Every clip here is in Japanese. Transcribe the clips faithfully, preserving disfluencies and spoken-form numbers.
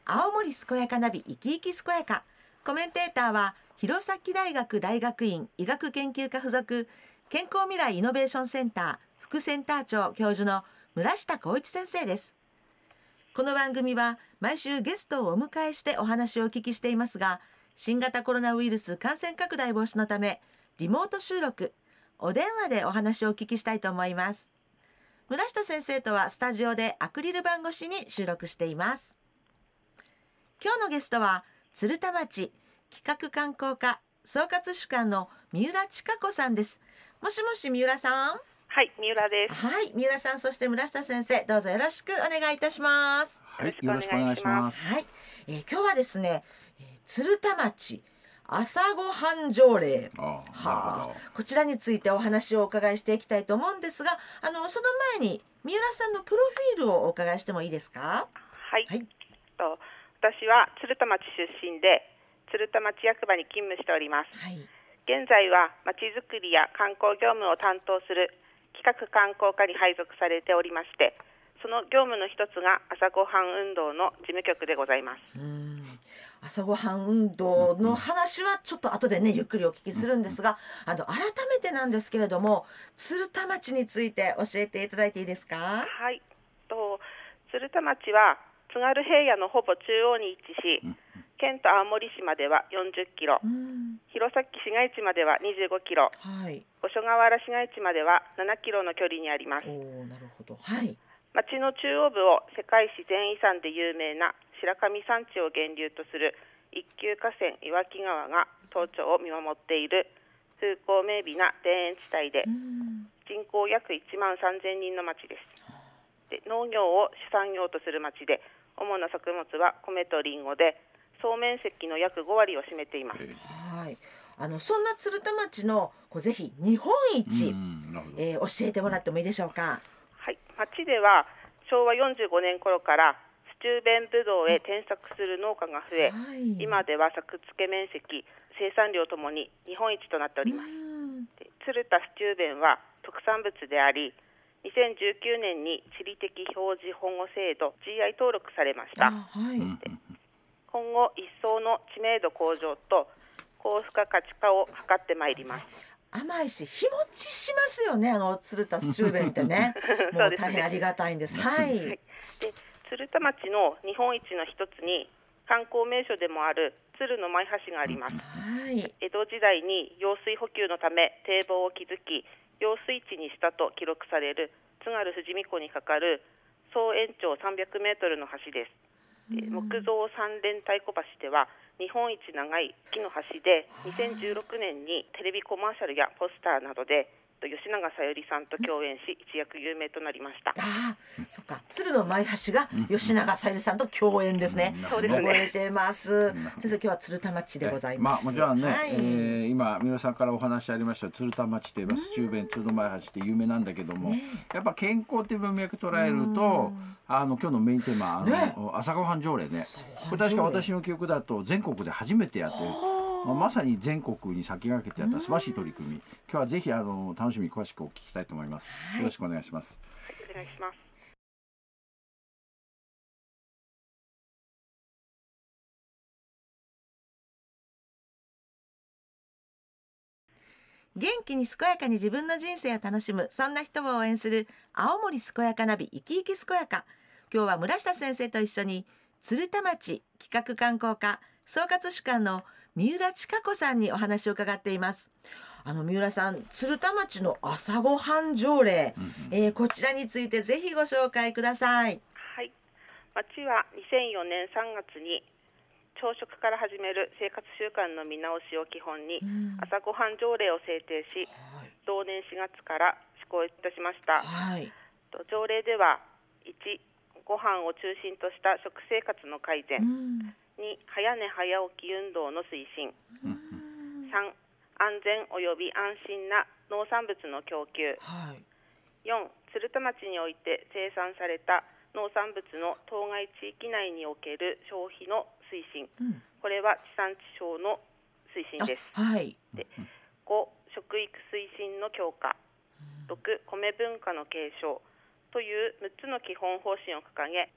青森健やかナビ生き生き健やか。コメンテーターは弘前大学大学院医学研究科附属健康未来イノベーションセンター副センター長教授の村下浩一先生です。この番組は毎週ゲストをお迎えしてお話をお聞きしていますが、新型コロナウイルス感染拡大防止のためリモート収録、お電話でお話をお聞きしたいと思います。村下先生とはスタジオでアクリル板越しに収録しています。今日のゲストは鶴田町企画観光課総括主幹の三浦千佳子さんです。もしもし三浦さん。 はい、三浦です。 はい、三浦さん、そして村下先生、どうぞよろしくお願いいたします。 はい、よろしくお願いします。 はい、えー、今日はですね、えー、鶴田町朝ごはん条例、 あはあ、 こちらについてお話をお伺いしていきたいと思うんですが、あのその前に三浦さんのプロフィールをお伺いしてもいいですか。 はい、 はい、 と私は鶴田町出身で鶴田町役場に勤務しております。 はい、 現在は町づくりや観光業務を担当する企画観光課に配属されておりまして、その業務の一つが朝ごはん運動の事務局でございます。 うーん、朝ごはん運動の話はちょっと後でねゆっくりお聞きするんですが、あの改めてなんですけれども、鶴田町について教えていただいていいですか。 はい、と鶴田町は津軽平野のほぼ中央に位置し、県と青森市まではよんじゅっキロ、弘前市街地まではにじゅうごキロ、 はい、 五所川原市街地まではななキロの距離にあります。 お、なるほど。はい、 町の中央部を世界自然遺産で有名な白神山地を源流とする一級河川岩木川が登頂を見守っている風光明媚な田園地帯で、人口約いちまんさんぜんにんの町です。で、農業を主産業とする町で、主な作物は米とリンゴで、総面積の約ごわりを占めています。 はい、あのそんな鶴田町のこうぜひ日本一、えー、教えてもらってもいいでしょうか。 はい、町ではしょうわよんじゅうごねん頃からスチューベンブドウへ転作する農家が増え、はい、今では作付け面積、生産量ともに日本一となっております。で、鶴田スチューベンは特産物であり、にせんじゅうきゅうねんに地理的表示保護制度 ジーアイ 登録されました。はい、で今後一層の知名度向上と高付加価値化を図ってまいります。 甘いし日持ちしますよね、あの鶴田スチューベンってねもう大変ありがたいんです。はい、はい、 で鶴田町の日本一の一つに観光名所でもある鶴の舞橋があります。はい、江戸時代に用水補給のため堤防を築き用水地にしたと記録される津軽富士見湖に架かる総延長さんびゃくメートルの橋です。で木造三連太鼓橋では日本一長い木の橋で、にせんじゅうろくねんにテレビコマーシャルやポスターなどで吉永小百合さんと共演し一躍有名となりました。 ああ、そっか、鶴の舞橋が吉永小百合さんと共演ですね。 そうですね、 覚えてます。先生、今日は鶴田町でございます。 まあ、もちろんね、 はい、 えー、今三浦さんからお話ありました鶴田町といえばスチューベン、鶴の舞橋って有名なんだけども、ね、やっぱ健康っていう文脈捉えると、あの今日のメインテーマ、あの、ね、朝ごはん条例ね、これ確か私の記憶だと全国で初めてやってる、まあ、まさに全国に先駆けてやった素晴らしい取り組み、今日はぜひあの楽しみに詳しくお聞きしたいと思います。よろしくお願いします。 はい、お願いします。 元気に健やかに自分の人生を楽しむ、そんな人を応援する青森健やかナビ生き生き健やか。今日は村下先生と一緒に鶴田町企画観光課総括主幹の三浦千佳子さんにお話を伺っています。あの三浦さん、鶴田町の朝ごはん条例、うんうん、えー、こちらについてぜひご紹介ください。 はい、町はにせんよねんさんがつに朝食から始める生活習慣の見直しを基本に朝ごはん条例を制定し、はい、同年しがつから施行いたしました。はい、条例ではいち、ご飯を中心とした食生活の改善、に、早寝早起き運動の推進、さん、安全および安心な農産物の供給、はい、よん、鶴田町において生産された農産物の当該地域内における消費の推進、うん、これは地産地消の推進です。はい、でご、食育推進の強化、ろく、米文化の継承というむっつの基本方針を掲げ、木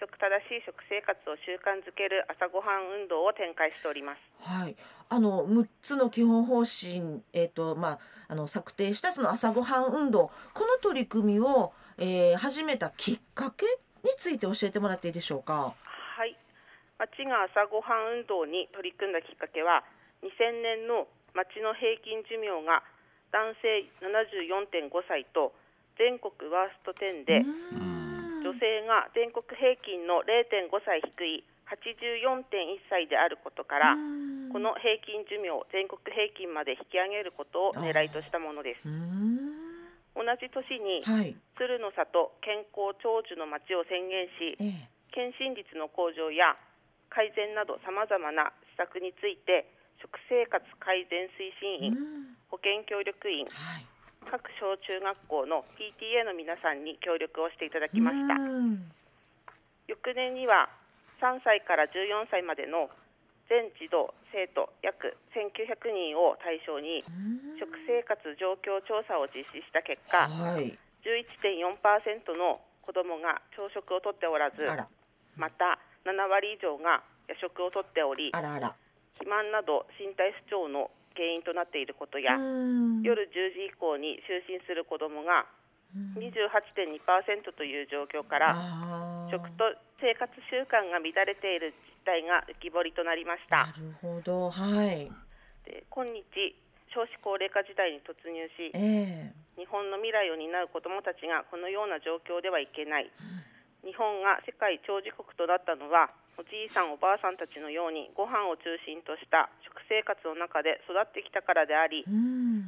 規正しい食生活を習慣づける朝ごはん運動を展開しております。 はい、あのむっつの基本方針、えーとまあ、あの策定したその朝ごはん運動、この取り組みを、えー、始めたきっかけについて教えてもらっていいでしょうか。 はい、町が朝ごはん運動に取り組んだきっかけは、にせんねんの町の平均寿命が男性 ななじゅうよんてんご 歳と全国ワーストじゅうで、女性が全国平均の れいてんご 歳低い はちじゅうよんてんいっ 歳であることから、この平均寿命を全国平均まで引き上げることを狙いとしたものです。同じ年に、はい、鶴の里健康長寿の町を宣言し、ええ、検診率の向上や改善などさまざまな施策について食生活改善推進員、保健協力員、はい、各小中学校の ピーティーエー の皆さんに協力をしていただきました。翌年にはさんさいからじゅうよんさいまでの全児童生徒約せんきゅうひゃくにんを対象に食生活状況調査を実施した結果、はい、じゅういってんよんパーセント の子どもが朝食をとっておらず、またななわり以上が夜食をとっており、あらあら肥満など身体不調の原因となっていることや、夜じゅうじ以降に就寝する子どもが にじゅうはちてんにパーセント という状況から、食と生活習慣が乱れている実態が浮き彫りとなりました。 なるほど、はい。 で、今日少子高齢化時代に突入し、えー、日本の未来を担う子どもたちがこのような状況ではいけない、うん、日本が世界長寿国となったのはおじいさんおばあさんたちのようにご飯を中心とした食生活の中で育ってきたからであり、うん、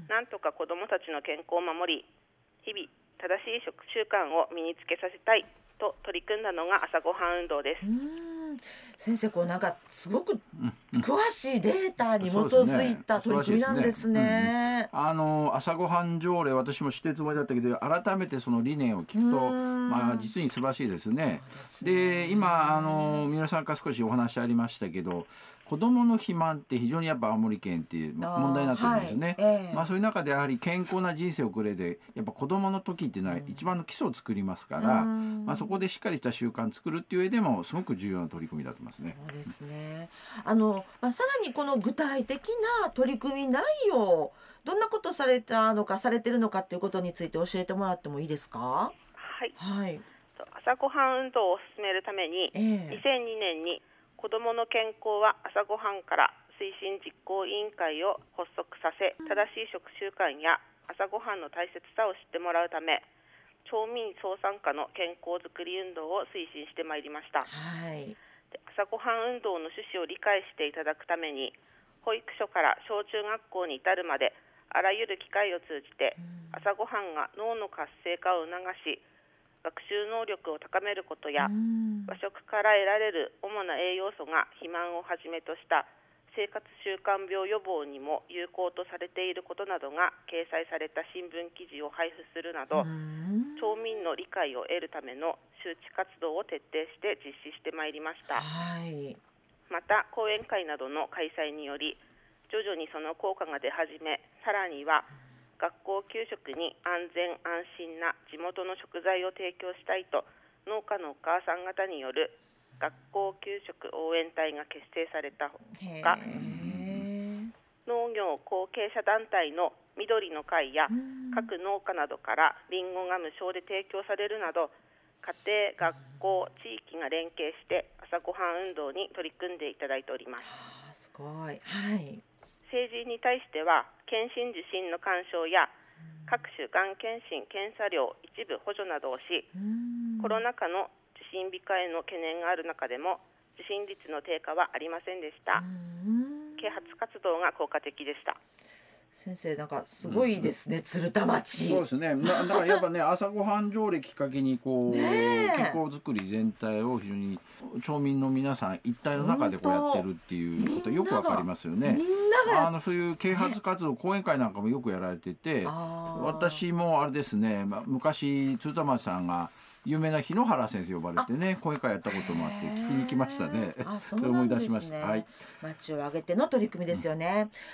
なんとか子どもたちの健康を守り、日々正しい食習慣を身につけさせたいと取り組んだのが朝ごはん運動です。 うーん、先生、こうなんかすごく詳しいデータに基づいた取り組みなんですね。 あの朝ごはん条例、私も知ってるつもりだったけど、改めてその理念を聞くと、まあ、実に素晴らしいですね。で、今あの三浦さんから少しお話ありましたけど、子どもの肥満って非常にやっぱ青森県っていう問題になってるんですね。はいえーまあ、そういう中でやはり健康な人生を送れで、やっぱ子どもの時っていうのは一番の基礎を作りますから、まあ、そこでしっかりした習慣を作るっていう上でもすごく重要な取り組みだと思いますね。 そうですね。あの、まあ、さらにこの具体的な取り組み内容、どんなことされたのかされてるのかっていうことについて教えてもらってもいいですか。 はい、 はい、 朝ごはん運動を進めるために、えー、にせんにねんに子どもの健康は朝ごはんから推進実行委員会を発足させ、正しい食習慣や朝ごはんの大切さを知ってもらうため、町民総参加の健康づくり運動を推進してまいりました。はい、で、朝ごはん運動の趣旨を理解していただくために、保育所から小中学校に至るまであらゆる機会を通じて、朝ごはんが脳の活性化を促し、学習能力を高めることや、和食から得られる主な栄養素が肥満をはじめとした生活習慣病予防にも有効とされていることなどが掲載された新聞記事を配布するなど、町民の理解を得るための周知活動を徹底して実施してまいりました。はい、また講演会などの開催により徐々にその効果が出始め、さらには学校給食に安全安心な地元の食材を提供したいと、農家のお母さん方による学校給食応援隊が結成されたほか、農業後継者団体の緑の会や各農家などからリンゴが無償で提供されるなど、家庭、学校、地域が連携して朝ごはん運動に取り組んでいただいております。 あ、すごい。はい。 成人に対しては検診受診の勧奨や各種がん検診検査料一部補助などをし、コロナ禍の受診控えの懸念がある中でも受診率の低下はありませんでした。啓発活動が効果的でした。 先生、なんかすごいですね、うん、鶴田町。 そうですね。だからやっぱね朝ごはん条例きっかけにこう健康づくり全体を非常に町民の皆さん一体の中でこうやってるっていうことよくわかりますよね。 みんながあのそういう啓発活動、ね、講演会なんかもよくやられてて、私もあれですね、まあ、昔鶴田町さんが有名な日野原先生呼ばれてね講演会やったこともあって聞きに来ましたね。 あ、そうなんですね。思い出しました。はい、町を挙げての取り組みですよね。うん、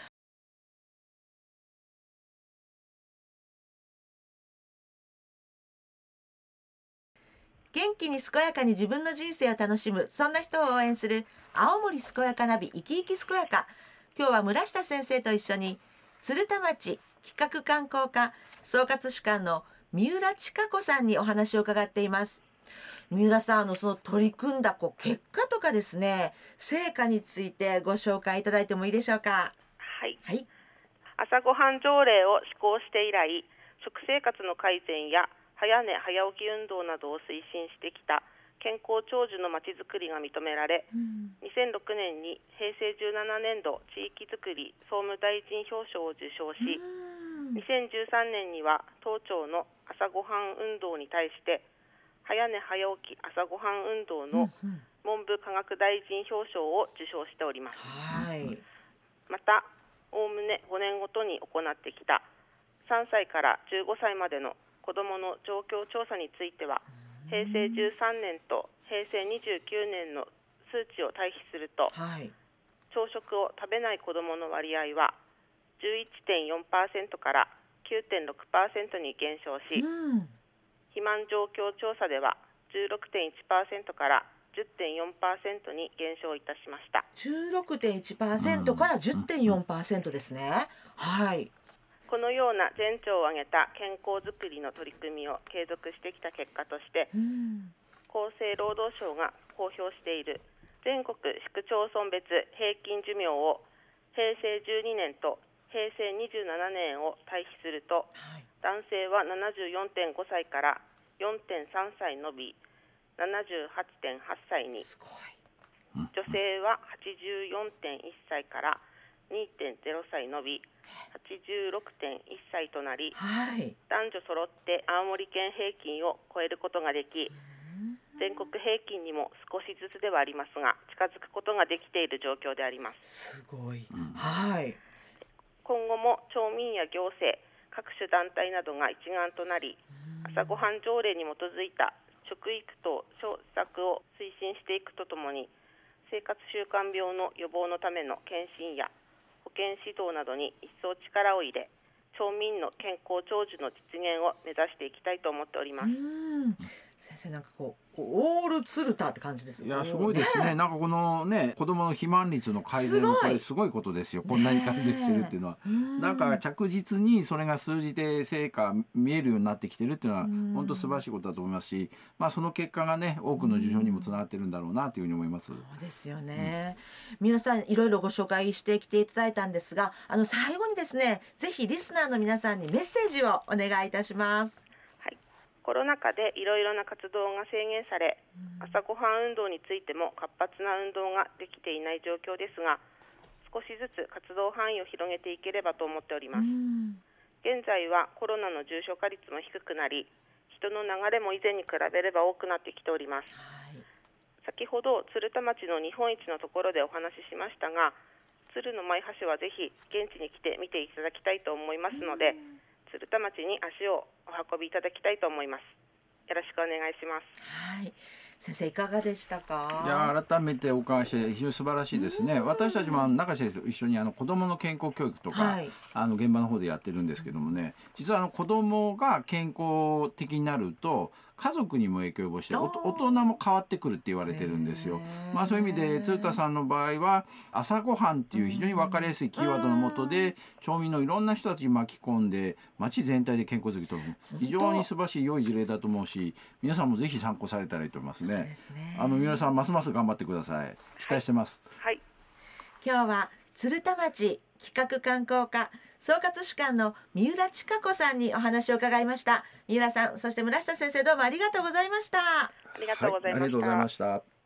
元気に健やかに自分の人生を楽しむ、そんな人を応援する青森健やかナビ生き生き健やか。今日は村下先生と一緒に鶴田町企画観光課総括主幹の三浦千佳子さんにお話を伺っています。三浦さん、あのその取り組んだこう結果とかですね、成果についてご紹介いただいてもいいでしょうか。 はい、 はい、 朝ごはん条例を施行して以来、食生活の改善や早寝早起き運動などを推進してきた健康長寿のまちづくりが認められ、うん、にせんろくねんに平成じゅうななねんど地域づくり総務大臣表彰を受賞し、うん、にせんじゅうさんねんには当庁の朝ごはん運動に対して早寝早起き朝ごはん運動の文部科学大臣表彰を受賞しております。 はい、 またおおむねごねんごとに行ってきたさんさいからじゅうごさいまでの子どもの状況調査については、平成じゅうさんねんと平成にじゅうきゅうねんの数値を対比すると、はい、朝食を食べない子どもの割合は じゅういってんよんパーセント から きゅうてんろくパーセント に減少し、うん、肥満状況調査では じゅうろくてんいちパーセント から じゅってんよんパーセント に減少いたしました。 じゅうろくてんいちパーセント から じゅってんよんパーセント ですね。はい、 このような全長を挙げた健康づくりの取り組みを継続してきた結果として、うん、厚生労働省が公表している全国市区町村別平均寿命を平成じゅうにねんと平成にじゅうななねんを対比すると、はい、男性は ななじゅうよんてんごさいから よんてんさんさい伸び ななじゅうはちてんはっさいに、 すごい。 女性は はちじゅうよんてんいっさいから にてんゼロさい伸びはちじゅうろくてんいっさいとなり、はい、男女揃って青森県平均を超えることができ、全国平均にも少しずつではありますが近づくことができている状況であります。 すごい、うん、はい、 今後も町民や行政各種団体などが一丸となり、朝ごはん条例に基づいた食育等施策を推進していくとともに、生活習慣病の予防のための検診や保健指導などに一層力を入れ、町民の健康長寿の実現を目指していきたいと思っております。 うん、先生、なんかこうオール鶴田って感じですよね。 いや、すごいですね。なんかこのね、子どもの肥満率の改善、これすごいことですよ。こんなに改善してるっていうのは、なんか着実にそれが数字で成果見えるようになってきてるっていうのは本当素晴らしいことだと思いますし、まあその結果がね、多くの受賞にもつながってるんだろうなというふうに思います。 そうですよね。うん、皆さんいろいろご紹介してきていただいたんですが、あの最後にですね、ぜひリスナーの皆さんにメッセージをお願いいたします。 コロナ禍でいろいろな活動が制限され、朝ごはん運動についても活発な運動ができていない状況ですが、少しずつ活動範囲を広げていければと思っております。現在はコロナの重症化率も低くなり、人の流れも以前に比べれば多くなってきております。はい、先ほど鶴田町の日本一のところでお話ししましたが、鶴の舞橋はぜひ現地に来て見ていただきたいと思いますので、鶴田町に足をお運びいただきたいと思います。よろしくお願いします。 はい、先生いかがでしたか。 いや、改めてお伺いして非常に素晴らしいですね。私たちも中先生と一緒にあの子どもの健康教育とか、はい、あの現場の方でやってるんですけどもね、実はあの子どもが健康的になると家族にも影響を及ぼしてお大人も変わってくるって言われてるんですよ。まあそういう意味で鶴田さんの場合は朝ごはんっていう非常に分かりやすいキーワードの下で町民のいろんな人たちに巻き込んで町全体で健康づくりと非常に素晴らしい良い事例だと思うし、皆さんもぜひ参考されたらいいと思いますね。あの皆さんますます頑張ってください。期待してます。 はいはい、 今日は鶴田町企画観光課総括主幹の三浦千佳子さんにお話を伺いました。三浦さん、そして村下先生、どうもありがとうございました。 ありがとうございました。 はい、ありがとうございました。